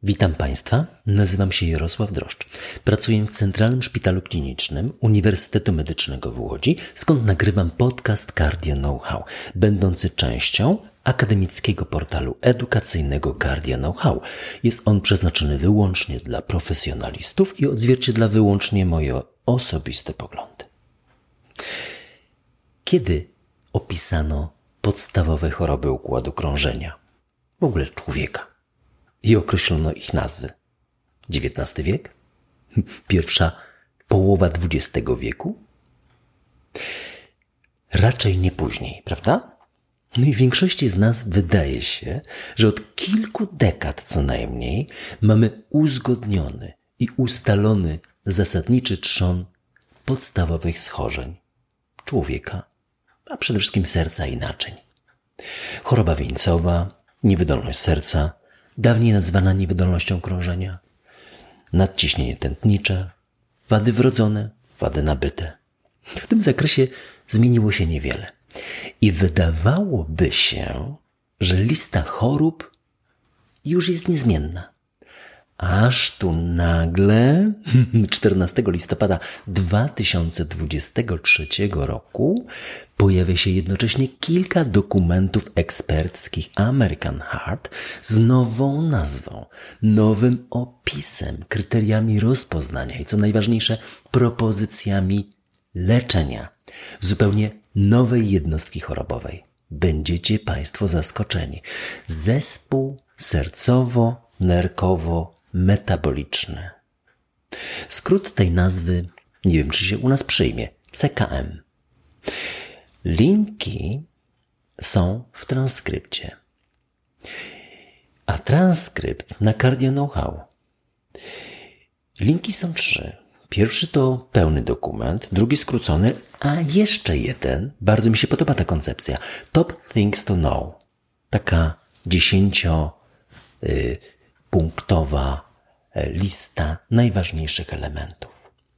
Witam Państwa, nazywam się Jarosław Droszcz. Pracuję w Centralnym Szpitalu Klinicznym Uniwersytetu Medycznego w Łodzi, skąd nagrywam podcast Cardio Know-how, będący częścią akademickiego portalu edukacyjnego Cardio Know-how. Jest on przeznaczony wyłącznie dla profesjonalistów i odzwierciedla wyłącznie moje osobiste poglądy. Kiedy opisano podstawowe choroby układu krążenia, w ogóle człowieka, i określono ich nazwy? XIX wiek? Pierwsza połowa XX wieku? Raczej nie później, prawda? No i większości z nas wydaje się, że od kilku dekad co najmniej mamy uzgodniony i ustalony zasadniczy trzon podstawowych schorzeń człowieka, a przede wszystkim serca i naczyń. Choroba wieńcowa, niewydolność serca, dawniej nazwana niewydolnością krążenia, nadciśnienie tętnicze, wady wrodzone, wady nabyte. W tym zakresie zmieniło się niewiele. I wydawałoby się, że lista chorób już jest niezmienna. Aż tu nagle 14 listopada 2023 roku pojawia się jednocześnie kilka dokumentów eksperckich American Heart z nową nazwą, nowym opisem, kryteriami rozpoznania i co najważniejsze propozycjami leczenia zupełnie nowej jednostki chorobowej. Będziecie Państwo zaskoczeni. Zespół sercowo-nerkowo-metaboliczny. Skrót tej nazwy, nie wiem czy się u nas przyjmie, CKM. Linki są w transkrypcie. A transkrypt na Cardio Know-how. Linki są 3. Pierwszy to pełny dokument, drugi skrócony, a jeszcze jeden, bardzo mi się podoba ta koncepcja, Top Things to Know. Taka 10-punktowa lista najważniejszych elementów.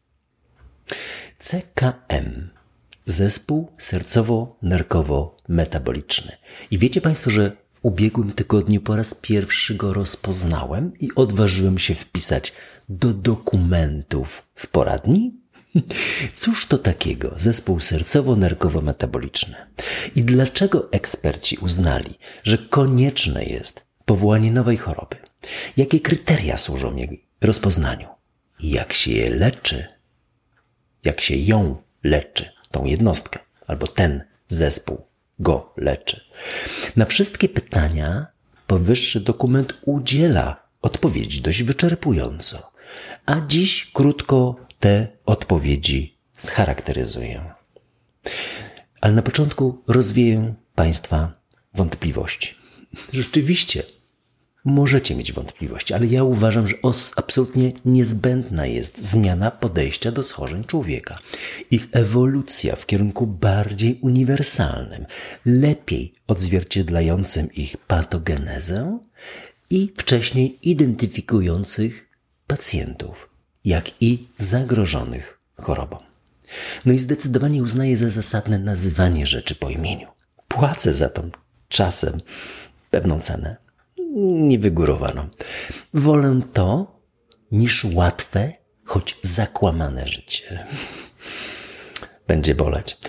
CKM. Zespół sercowo-nerkowo-metaboliczny. I wiecie Państwo, że w ubiegłym tygodniu po raz pierwszy go rozpoznałem i odważyłem się wpisać do dokumentów w poradni? Cóż to takiego zespół sercowo-nerkowo-metaboliczny? I dlaczego eksperci uznali, że konieczne jest powołanie nowej choroby? Jakie kryteria służą jej rozpoznaniu? Jak się je leczy? Jak się ją leczy? Tą jednostkę albo ten zespół go leczy. Na wszystkie pytania powyższy dokument udziela odpowiedzi dość wyczerpująco, a dziś krótko te odpowiedzi scharakteryzuję. Ale na początku rozwieję Państwa wątpliwości. Rzeczywiście możecie mieć wątpliwości, ale ja uważam, że absolutnie niezbędna jest zmiana podejścia do schorzeń człowieka. Ich ewolucja w kierunku bardziej uniwersalnym, lepiej odzwierciedlającym ich patogenezę i wcześniej identyfikujących pacjentów, jak i zagrożonych chorobą. No i zdecydowanie uznaję za zasadne nazywanie rzeczy po imieniu. Płacę za to czasem pewną cenę. Niewygórowaną. Wolę to niż łatwe, choć zakłamane życie. Będzie boleć.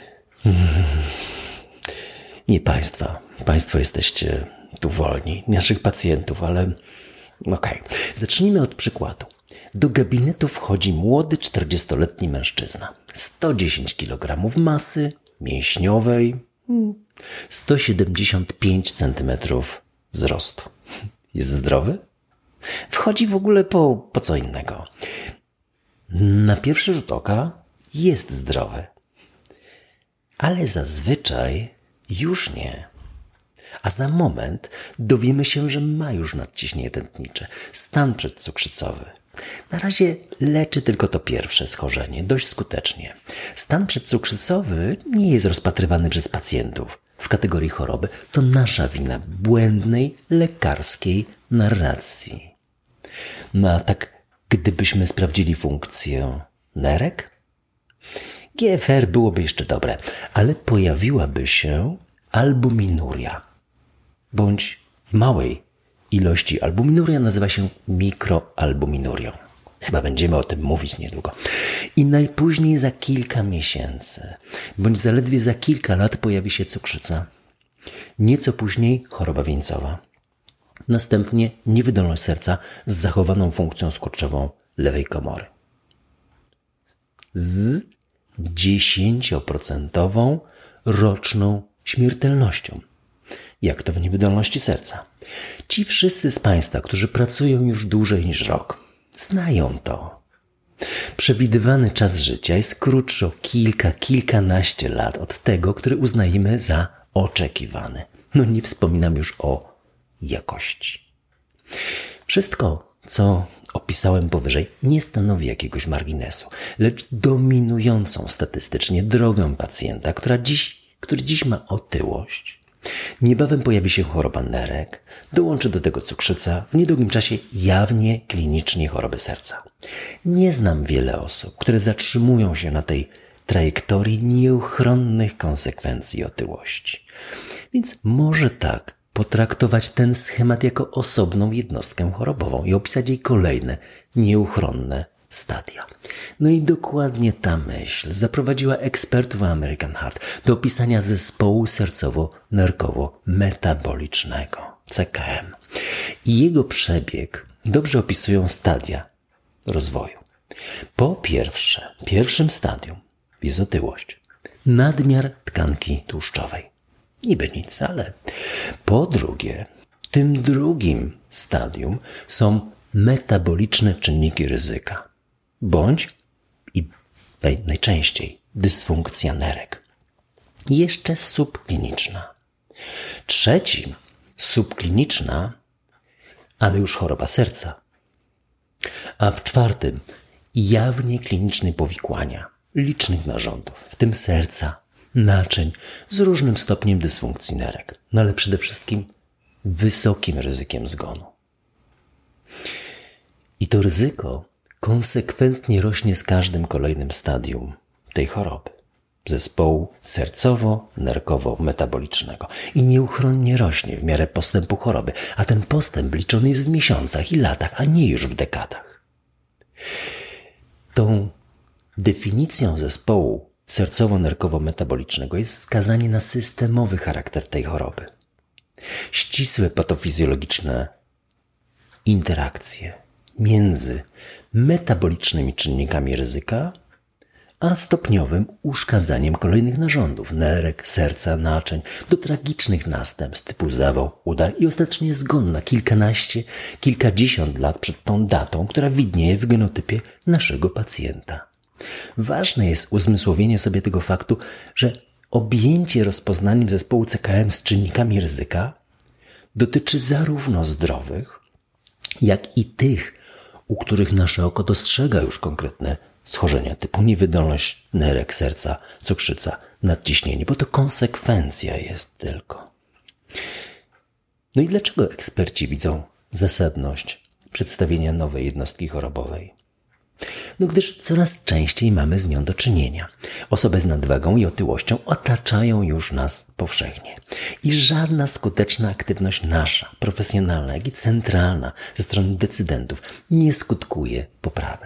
Nie Państwa. Państwo jesteście tu wolni. Naszych pacjentów, ale okej. Zacznijmy od przykładu. Do gabinetu wchodzi młody 40-letni mężczyzna. 110 kg masy mięśniowej, 175 cm wzrostu. Jest zdrowy? Wchodzi w ogóle po co innego. Na pierwszy rzut oka jest zdrowy. Ale zazwyczaj już nie. A za moment dowiemy się, że ma już nadciśnienie tętnicze, stan przedcukrzycowy. Na razie leczy tylko to pierwsze schorzenie dość skutecznie. Stan przedcukrzycowy nie jest rozpatrywany przez pacjentów w kategorii choroby. To nasza wina błędnej lekarskiej narracji. No a tak gdybyśmy sprawdzili funkcję nerek? GFR byłoby jeszcze dobre, ale pojawiłaby się albuminuria bądź w małej ilości albuminuria nazywa się mikroalbuminurią. Chyba będziemy o tym mówić niedługo. I najpóźniej za kilka miesięcy, bądź zaledwie za kilka lat pojawi się cukrzyca. Nieco później choroba wieńcowa. Następnie niewydolność serca z zachowaną funkcją skurczową lewej komory. Z 10% roczną śmiertelnością. Jak to w niewydolności serca? Ci wszyscy z Państwa, którzy pracują już dłużej niż rok, znają to. Przewidywany czas życia jest krótszy o kilkanaście lat od tego, który uznajemy za oczekiwany. No nie wspominam już o jakości. Wszystko, co opisałem powyżej, nie stanowi jakiegoś marginesu, lecz dominującą statystycznie drogę pacjenta, który dziś ma otyłość. Niebawem pojawi się choroba nerek, dołączy do tego cukrzyca, w niedługim czasie jawnie klinicznie choroby serca. Nie znam wiele osób, które zatrzymują się na tej trajektorii nieuchronnych konsekwencji otyłości. Więc może tak potraktować ten schemat jako osobną jednostkę chorobową i opisać jej kolejne nieuchronne stadia. No i dokładnie ta myśl zaprowadziła ekspertów American Heart do opisania zespołu sercowo-nerkowo-metabolicznego, CKM. I jego przebieg dobrze opisują stadia rozwoju. Po pierwszym stadium jest otyłość, nadmiar tkanki tłuszczowej. Niby nic, ale po drugie, w tym drugim stadium są metaboliczne czynniki ryzyka, bądź i najczęściej dysfunkcja nerek. I jeszcze subkliniczna. Trzecim, subkliniczna, ale już choroba serca. A w czwartym, jawnie kliniczne powikłania licznych narządów, w tym serca, naczyń z różnym stopniem dysfunkcji nerek, no ale przede wszystkim wysokim ryzykiem zgonu. I to ryzyko konsekwentnie rośnie z każdym kolejnym stadium tej choroby, zespołu sercowo-nerkowo-metabolicznego i nieuchronnie rośnie w miarę postępu choroby, a ten postęp liczony jest w miesiącach i latach, a nie już w dekadach. Tą definicją zespołu sercowo-nerkowo-metabolicznego jest wskazanie na systemowy charakter tej choroby. Ścisłe patofizjologiczne interakcje między metabolicznymi czynnikami ryzyka a stopniowym uszkadzaniem kolejnych narządów, nerek, serca, naczyń, do tragicznych następstw typu zawał, udar i ostatecznie zgon na kilkanaście, kilkadziesiąt lat przed tą datą, która widnieje w genotypie naszego pacjenta. Ważne jest uzmysłowienie sobie tego faktu, że objęcie rozpoznaniem zespołu CKM z czynnikami ryzyka dotyczy zarówno zdrowych, jak i tych, u których nasze oko dostrzega już konkretne schorzenia typu niewydolność nerek, serca, cukrzyca, nadciśnienie, bo to konsekwencja jest tylko. No i dlaczego eksperci widzą zasadność przedstawienia nowej jednostki chorobowej? No gdyż coraz częściej mamy z nią do czynienia. Osoby z nadwagą i otyłością otaczają już nas powszechnie. I żadna skuteczna aktywność nasza, profesjonalna, jak i centralna ze strony decydentów nie skutkuje poprawą.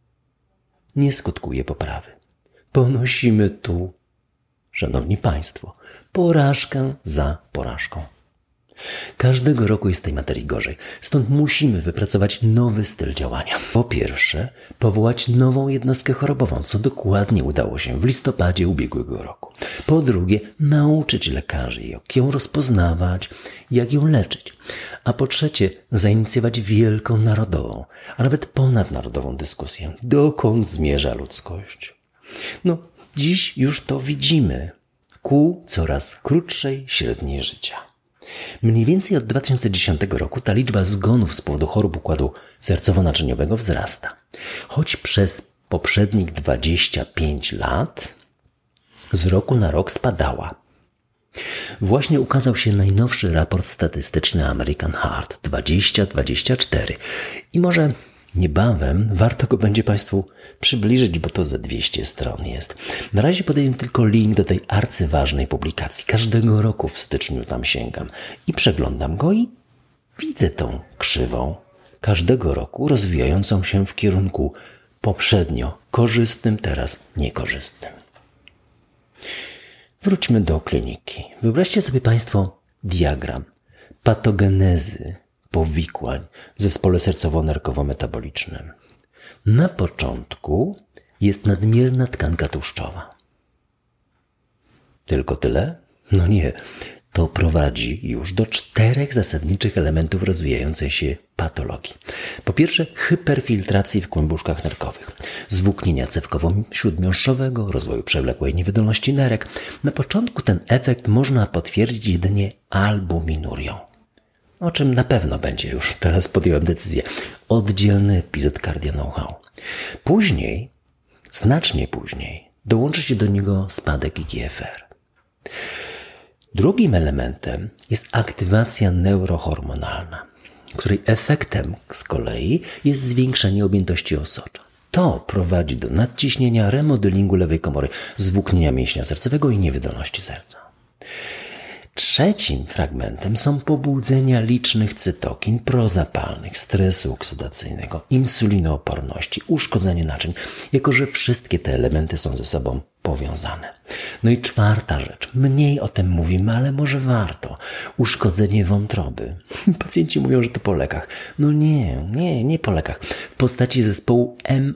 Ponosimy tu, szanowni Państwo, porażkę za porażką. Każdego roku jest w tej materii gorzej, stąd musimy wypracować nowy styl działania. Po pierwsze, powołać nową jednostkę chorobową, co dokładnie udało się w listopadzie ubiegłego roku. Po drugie, nauczyć lekarzy, jak ją rozpoznawać, jak ją leczyć. A po trzecie, zainicjować wielką narodową, a nawet ponadnarodową dyskusję, dokąd zmierza ludzkość. No, dziś już to widzimy, ku coraz krótszej średniej życia. Mniej więcej od 2010 roku ta liczba zgonów z powodu chorób układu sercowo-naczyniowego wzrasta. Choć przez poprzednich 25 lat z roku na rok spadała. Właśnie ukazał się najnowszy raport statystyczny American Heart 2024 i może niebawem warto go będzie Państwu przybliżyć, bo to ze 200 stron jest. Na razie podaję tylko link do tej arcyważnej publikacji. Każdego roku w styczniu tam sięgam i przeglądam go i widzę tą krzywą każdego roku rozwijającą się w kierunku poprzednio korzystnym, teraz niekorzystnym. Wróćmy do kliniki. Wyobraźcie sobie Państwo diagram patogenezy powikłań w zespole sercowo-nerkowo-metabolicznym. Na początku jest nadmierna tkanka tłuszczowa. Tylko tyle? No nie. To prowadzi już do 4 zasadniczych elementów rozwijającej się patologii. Po pierwsze, hyperfiltracji w kłębuszkach nerkowych, zwłóknienia cewkowo-śródmiąższowego, rozwoju przewlekłej niewydolności nerek. Na początku ten efekt można potwierdzić jedynie albuminurią. O czym na pewno będzie już, teraz podjąłem decyzję, oddzielny epizod Cardia Know-how. Później, znacznie później, dołączy się do niego spadek IGFR. Drugim elementem jest aktywacja neurohormonalna, której efektem z kolei jest zwiększenie objętości osocza. To prowadzi do nadciśnienia, remodelingu lewej komory, zwłóknienia mięśnia sercowego i niewydolności serca. Trzecim fragmentem są pobudzenia licznych cytokin prozapalnych, stresu oksydacyjnego, insulinooporności, uszkodzenie naczyń, jako że wszystkie te elementy są ze sobą powiązane. No i czwarta rzecz, mniej o tym mówimy, ale może warto. Uszkodzenie wątroby. Pacjenci mówią, że to po lekach. No nie po lekach. W postaci zespołu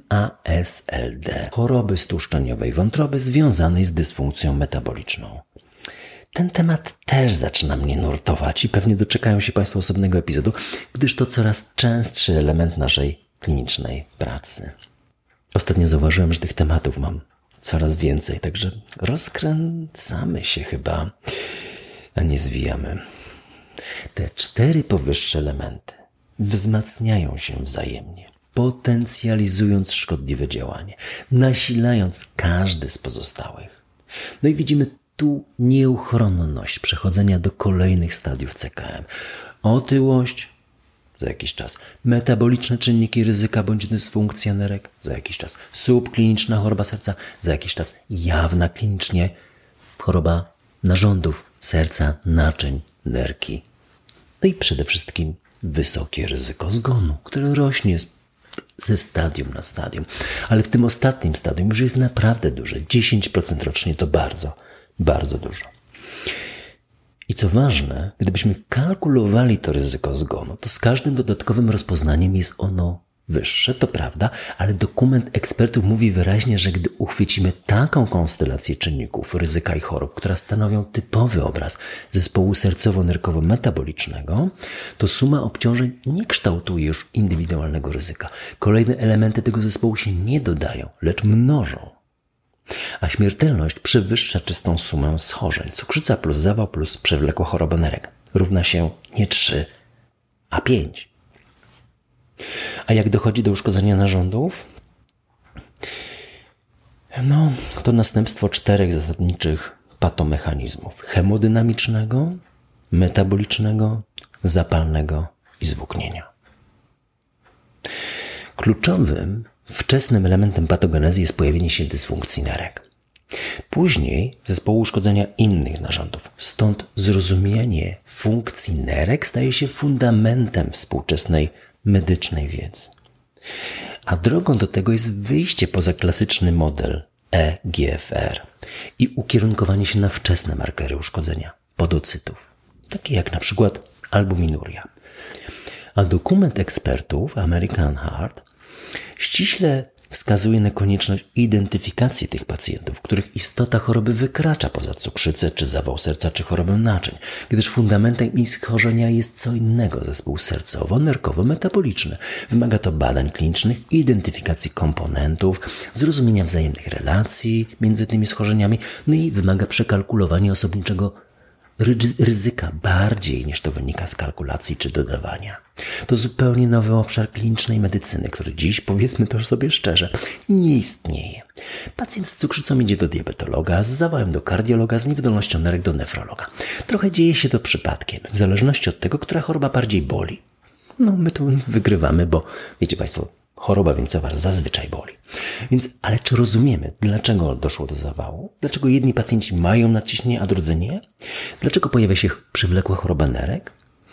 MASLD, choroby stłuszczeniowej wątroby związanej z dysfunkcją metaboliczną. Ten temat też zaczyna mnie nurtować i pewnie doczekają się Państwo osobnego epizodu, gdyż to coraz częstszy element naszej klinicznej pracy. Ostatnio zauważyłem, że tych tematów mam coraz więcej, także rozkręcamy się chyba, a nie zwijamy. Te 4 powyższe elementy wzmacniają się wzajemnie, potencjalizując szkodliwe działanie, nasilając każdy z pozostałych. No i widzimy tu nieuchronność przechodzenia do kolejnych stadiów CKM. Otyłość za jakiś czas, metaboliczne czynniki ryzyka bądź dysfunkcja nerek za jakiś czas, subkliniczna choroba serca za jakiś czas, jawna klinicznie choroba narządów serca, naczyń, nerki. No i przede wszystkim wysokie ryzyko zgonu, które rośnie ze stadium na stadium. Ale w tym ostatnim stadium już jest naprawdę duże. 10% rocznie to bardzo dużo. I co ważne, gdybyśmy kalkulowali to ryzyko zgonu, to z każdym dodatkowym rozpoznaniem jest ono wyższe, to prawda, ale dokument ekspertów mówi wyraźnie, że gdy uchwycimy taką konstelację czynników ryzyka i chorób, która stanowią typowy obraz zespołu sercowo-nerkowo-metabolicznego, to suma obciążeń nie kształtuje już indywidualnego ryzyka. Kolejne elementy tego zespołu się nie dodają, lecz mnożą. A śmiertelność przewyższa czystą sumę schorzeń. Cukrzyca plus zawał plus przewlekła choroba nerek równa się nie 3, a 5. A jak dochodzi do uszkodzenia narządów? No, to następstwo 4 zasadniczych patomechanizmów. Hemodynamicznego, metabolicznego, zapalnego i zwłóknienia. Kluczowym wczesnym elementem patogenezy jest pojawienie się dysfunkcji nerek. Później zespołu uszkodzenia innych narządów. Stąd zrozumienie funkcji nerek staje się fundamentem współczesnej medycznej wiedzy. A drogą do tego jest wyjście poza klasyczny model EGFR i ukierunkowanie się na wczesne markery uszkodzenia podocytów, takie jak na przykład albuminuria. A dokument ekspertów American Heart ściśle wskazuje na konieczność identyfikacji tych pacjentów, których istota choroby wykracza poza cukrzycę, czy zawał serca, czy chorobę naczyń, gdyż fundamentem ich schorzenia jest co innego, zespół sercowo-nerkowo-metaboliczny. Wymaga to badań klinicznych, identyfikacji komponentów, zrozumienia wzajemnych relacji między tymi schorzeniami, no i wymaga przekalkulowania osobniczego ryzyka bardziej niż to wynika z kalkulacji czy dodawania. To zupełnie nowy obszar klinicznej medycyny, który dziś, powiedzmy to sobie szczerze, nie istnieje. Pacjent z cukrzycą idzie do diabetologa, z zawałem do kardiologa, z niewydolnością nerek do nefrologa. Trochę dzieje się to przypadkiem, w zależności od tego, która choroba bardziej boli. No my tu wygrywamy, bo wiecie Państwo, choroba wieńcowa zazwyczaj boli. Więc, ale czy rozumiemy, dlaczego doszło do zawału? Dlaczego jedni pacjenci mają nadciśnienie, a drudzy nie? Dlaczego pojawia się przewlekła choroba nerek?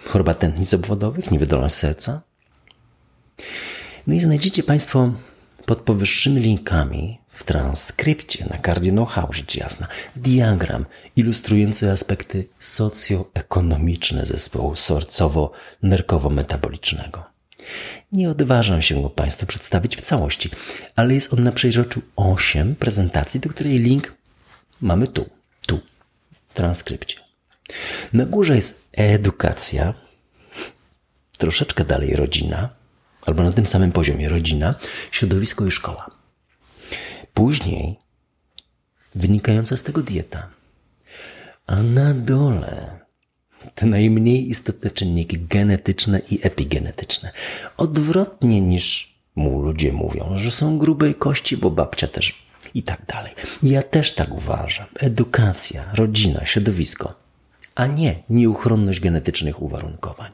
choroba tętnic obwodowych, niewydolność serca. No i znajdziecie Państwo pod powyższymi linkami w transkrypcie na Cardio Know-how, rzecz jasna, diagram ilustrujący aspekty socjoekonomiczne zespołu sercowo-nerkowo-metabolicznego. Nie odważam się go Państwu przedstawić w całości, ale jest on na przejrzoczu 8 prezentacji, do której link mamy tu, w transkrypcie. Na górze jest edukacja, troszeczkę dalej rodzina, albo na tym samym poziomie rodzina, środowisko i szkoła. Później wynikająca z tego dieta. A na dole te najmniej istotne czynniki genetyczne i epigenetyczne. Odwrotnie niż ludzie mówią, że są grubej kości, bo babcia też i tak dalej. Ja też tak uważam. Edukacja, rodzina, środowisko, a nie nieuchronność genetycznych uwarunkowań.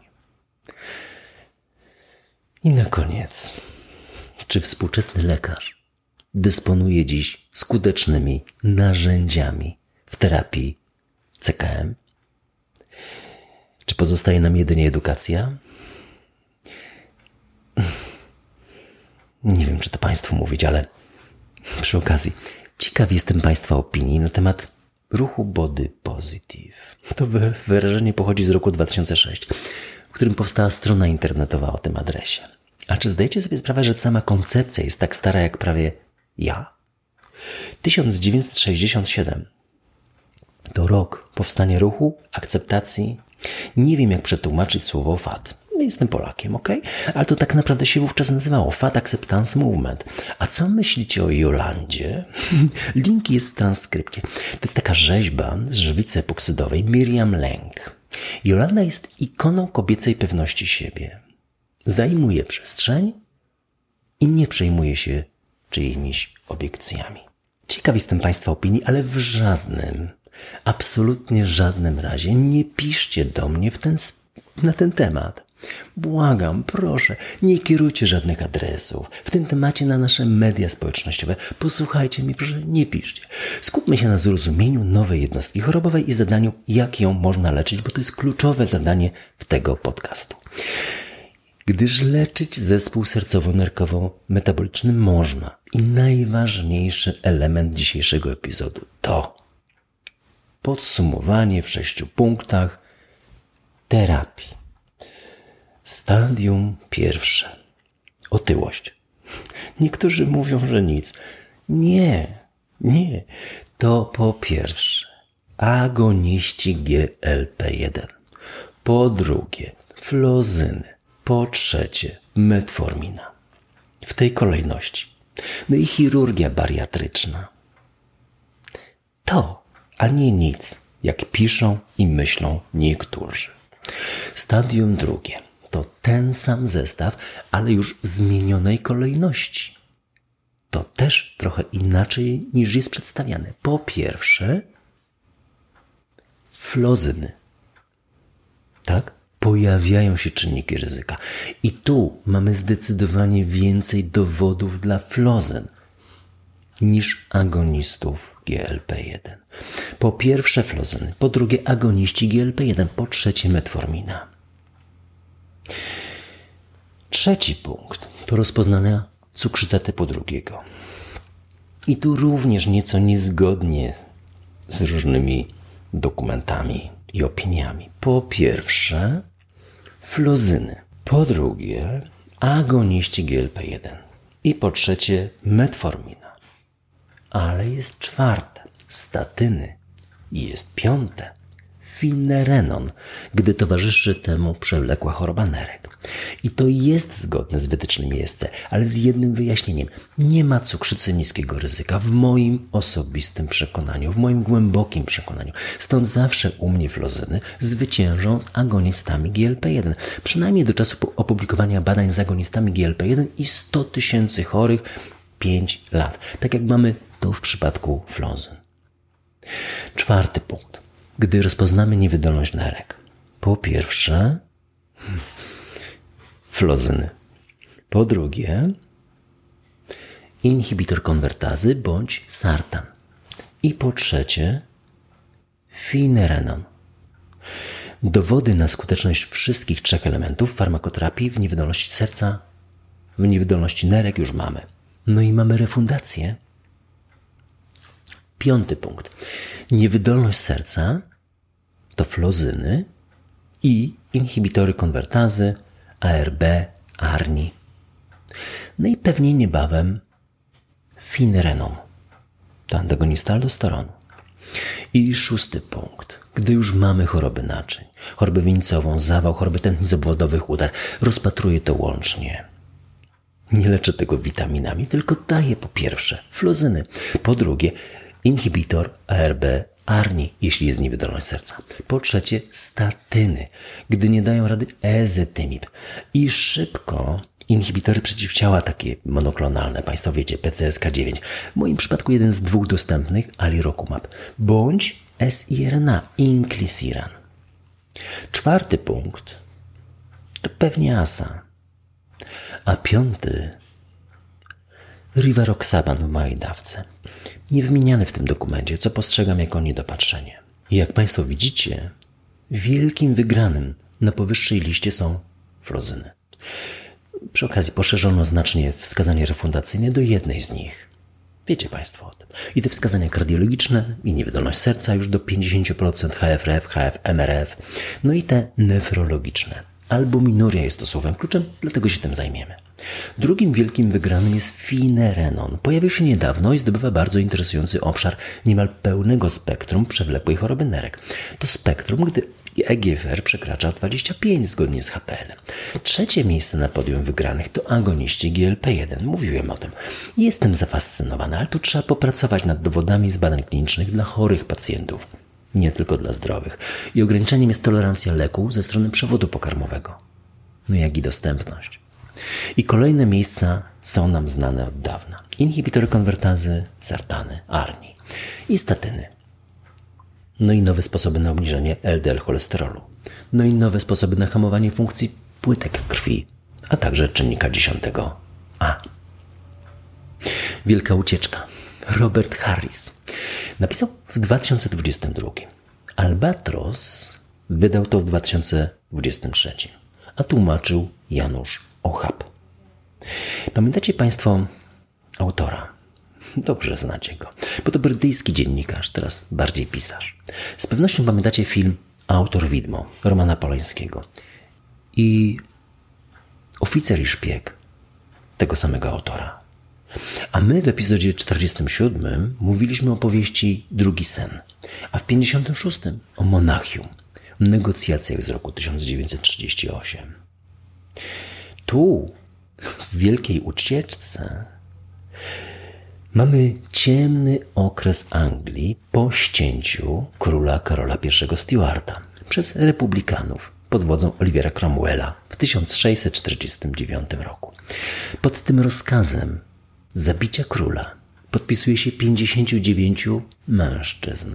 I na koniec, czy współczesny lekarz dysponuje dziś skutecznymi narzędziami w terapii CKM? Czy pozostaje nam jedynie edukacja? Nie wiem, czy to Państwu mówić, ale przy okazji ciekaw jestem Państwa opinii na temat ruchu Body Positive. To wyrażenie pochodzi z roku 2006, w którym powstała strona internetowa o tym adresie. A czy zdajecie sobie sprawę, że sama koncepcja jest tak stara jak prawie ja? 1967 to rok powstania ruchu, akceptacji. Nie wiem, jak przetłumaczyć słowo FAT. Jestem Polakiem, okej? Ale to tak naprawdę się wówczas nazywało Fat Acceptance Movement. A co myślicie o Jolandzie? Link jest w transkrypcie. To jest taka rzeźba z żywicy epoksydowej Miriam Leng. Jolanda jest ikoną kobiecej pewności siebie. Zajmuje przestrzeń i nie przejmuje się czyimiś obiekcjami. Ciekaw jestem Państwa opinii, ale w żadnym, absolutnie żadnym razie nie piszcie do mnie na ten temat. Błagam, proszę, nie kierujcie żadnych adresów w tym temacie na nasze media społecznościowe. Posłuchajcie mnie, proszę, nie piszcie. Skupmy się na zrozumieniu nowej jednostki chorobowej i zadaniu, jak ją można leczyć, bo to jest kluczowe zadanie tego podcastu. Gdyż leczyć zespół sercowo-nerkowo-metaboliczny można. I najważniejszy element dzisiejszego epizodu to podsumowanie w 6 punktach terapii. Stadium pierwsze. Otyłość. Niektórzy mówią, że nic. Nie. To po pierwsze agoniści GLP-1. Po drugie flozyny. Po trzecie metformina. W tej kolejności. No i chirurgia bariatryczna. To, a nie nic, jak piszą i myślą niektórzy. Stadium drugie. To ten sam zestaw, ale już w zmienionej kolejności. To też trochę inaczej niż jest przedstawiane. Po pierwsze, flozyny. Tak? Pojawiają się czynniki ryzyka. I tu mamy zdecydowanie więcej dowodów dla flozyn niż agonistów GLP-1. Po pierwsze flozyny, po drugie agoniści GLP-1, po trzecie metformina. Trzeci punkt to rozpoznania cukrzyca typu 2. I tu również nieco niezgodnie z różnymi dokumentami i opiniami. Po pierwsze flozyny, po drugie agoniści GLP-1 i po trzecie metformina. Ale jest czwarte, statyny i jest piąte, finerenon, gdy towarzyszy temu przewlekła choroba nerek. I to jest zgodne z wytycznymi ESC, ale z jednym wyjaśnieniem. Nie ma cukrzycy niskiego ryzyka w moim osobistym przekonaniu, w moim głębokim przekonaniu. Stąd zawsze u mnie flozyny zwyciężą z agonistami GLP-1. Przynajmniej do czasu opublikowania badań z agonistami GLP-1 i 100 000 chorych 5 lat. Tak jak mamy to w przypadku flozyn. Czwarty punkt. Gdy rozpoznamy niewydolność nerek. Po pierwsze flozyny. Po drugie inhibitor konwertazy bądź sartan. I po trzecie finerenon. Dowody na skuteczność wszystkich 3 elementów farmakoterapii w niewydolności serca, w niewydolności nerek już mamy. No i mamy refundację. 5. punkt. Niewydolność serca to flozyny i inhibitory konwertazy, ARB, ARNI. No i pewnie niebawem Finerenon, to antagonista aldosteronu. I 6. punkt. Gdy już mamy chorobę naczyń, chorobę wieńcową, zawał, choroby tętnic obwodowych, udar, rozpatruję to łącznie. Nie leczę tego witaminami, tylko daję po pierwsze flozyny, po drugie inhibitor ARB, ARNI, jeśli jest niewydolność serca. Po trzecie statyny, gdy nie dają rady ezetymib. I szybko inhibitory przeciwciała takie monoklonalne, Państwo wiecie, PCSK9. W moim przypadku jeden z 2 dostępnych, alirocumab, bądź siRNA, inclisiran. 4. punkt to pewnie ASA. A 5. rivaroxaban w małej dawce. Nie wymieniany w tym dokumencie, co postrzegam jako niedopatrzenie. I jak Państwo widzicie, wielkim wygranym na powyższej liście są flozyny. Przy okazji poszerzono znacznie wskazanie refundacyjne do jednej z nich. Wiecie Państwo o tym. I te wskazania kardiologiczne i niewydolność serca już do 50%, HFrEF, HFMRF, no i te nefrologiczne. Albuminuria jest tu słowem kluczem, dlatego się tym zajmiemy. Drugim wielkim wygranym jest Finerenon. Pojawił się niedawno i zdobywa bardzo interesujący obszar niemal pełnego spektrum przewlekłej choroby nerek. To spektrum, gdy EGFR przekracza 25 zgodnie z HPL. 3. miejsce na podium wygranych to agoniści GLP-1. Mówiłem o tym. Jestem zafascynowany, ale tu trzeba popracować nad dowodami z badań klinicznych dla chorych pacjentów. Nie tylko dla zdrowych. I ograniczeniem jest tolerancja leku ze strony przewodu pokarmowego. No jak i dostępność. I kolejne miejsca są nam znane od dawna. Inhibitory konwertazy, sartany, ARNI i statyny. No i nowe sposoby na obniżenie LDL cholesterolu. No i nowe sposoby na hamowanie funkcji płytek krwi, a także czynnika 10A. Wielka ucieczka. Robert Harris napisał w 2022. Albatros wydał to w 2023, a tłumaczył Janusz Ochab. Pamiętacie Państwo autora? Dobrze znacie go, bo to brytyjski dziennikarz, teraz bardziej pisarz. Z pewnością pamiętacie film Autor widmo Romana Polańskiego i Oficer i szpieg tego samego autora. A my w epizodzie 47 mówiliśmy o powieści Drugi sen, a w 56 o Monachium, negocjacjach z roku 1938. Tu, w Wielkiej Ucieczce, mamy ciemny okres Anglii po ścięciu króla Karola I Stuarta przez republikanów pod wodzą Olivera Cromwella w 1649 roku. Pod tym rozkazem zabicia króla podpisuje się 59 mężczyzn.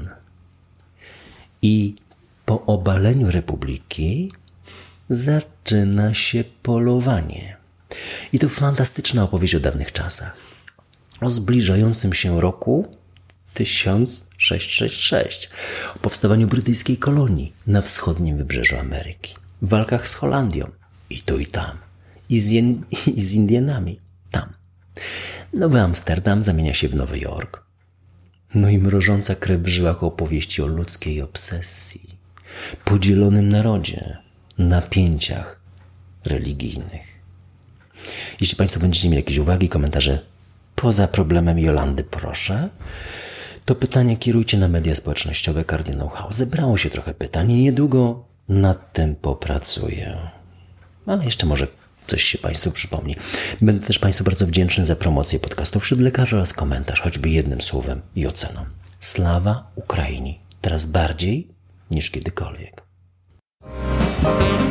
I po obaleniu republiki zaczyna się polowanie. I to fantastyczna opowieść o dawnych czasach. O zbliżającym się roku 1666. O powstawaniu brytyjskiej kolonii na wschodnim wybrzeżu Ameryki. W walkach z Holandią. I tu i tam. I z Indianami. Tam. Nowy Amsterdam zamienia się w Nowy Jork. No i mrożąca krew w żyłach opowieści o ludzkiej obsesji, podzielonym narodzie, napięciach religijnych. Jeśli Państwo będziecie mieli jakieś uwagi, komentarze poza problemem Jolandy, proszę, to pytania kierujcie na media społecznościowe Cardinal House. Zebrało się trochę pytań i niedługo nad tym popracuję. Ale jeszcze może coś się Państwu przypomni. Będę też Państwu bardzo wdzięczny za promocję podcastu wśród lekarzy oraz komentarz, choćby jednym słowem i oceną. Sława Ukrainie! Teraz bardziej niż kiedykolwiek.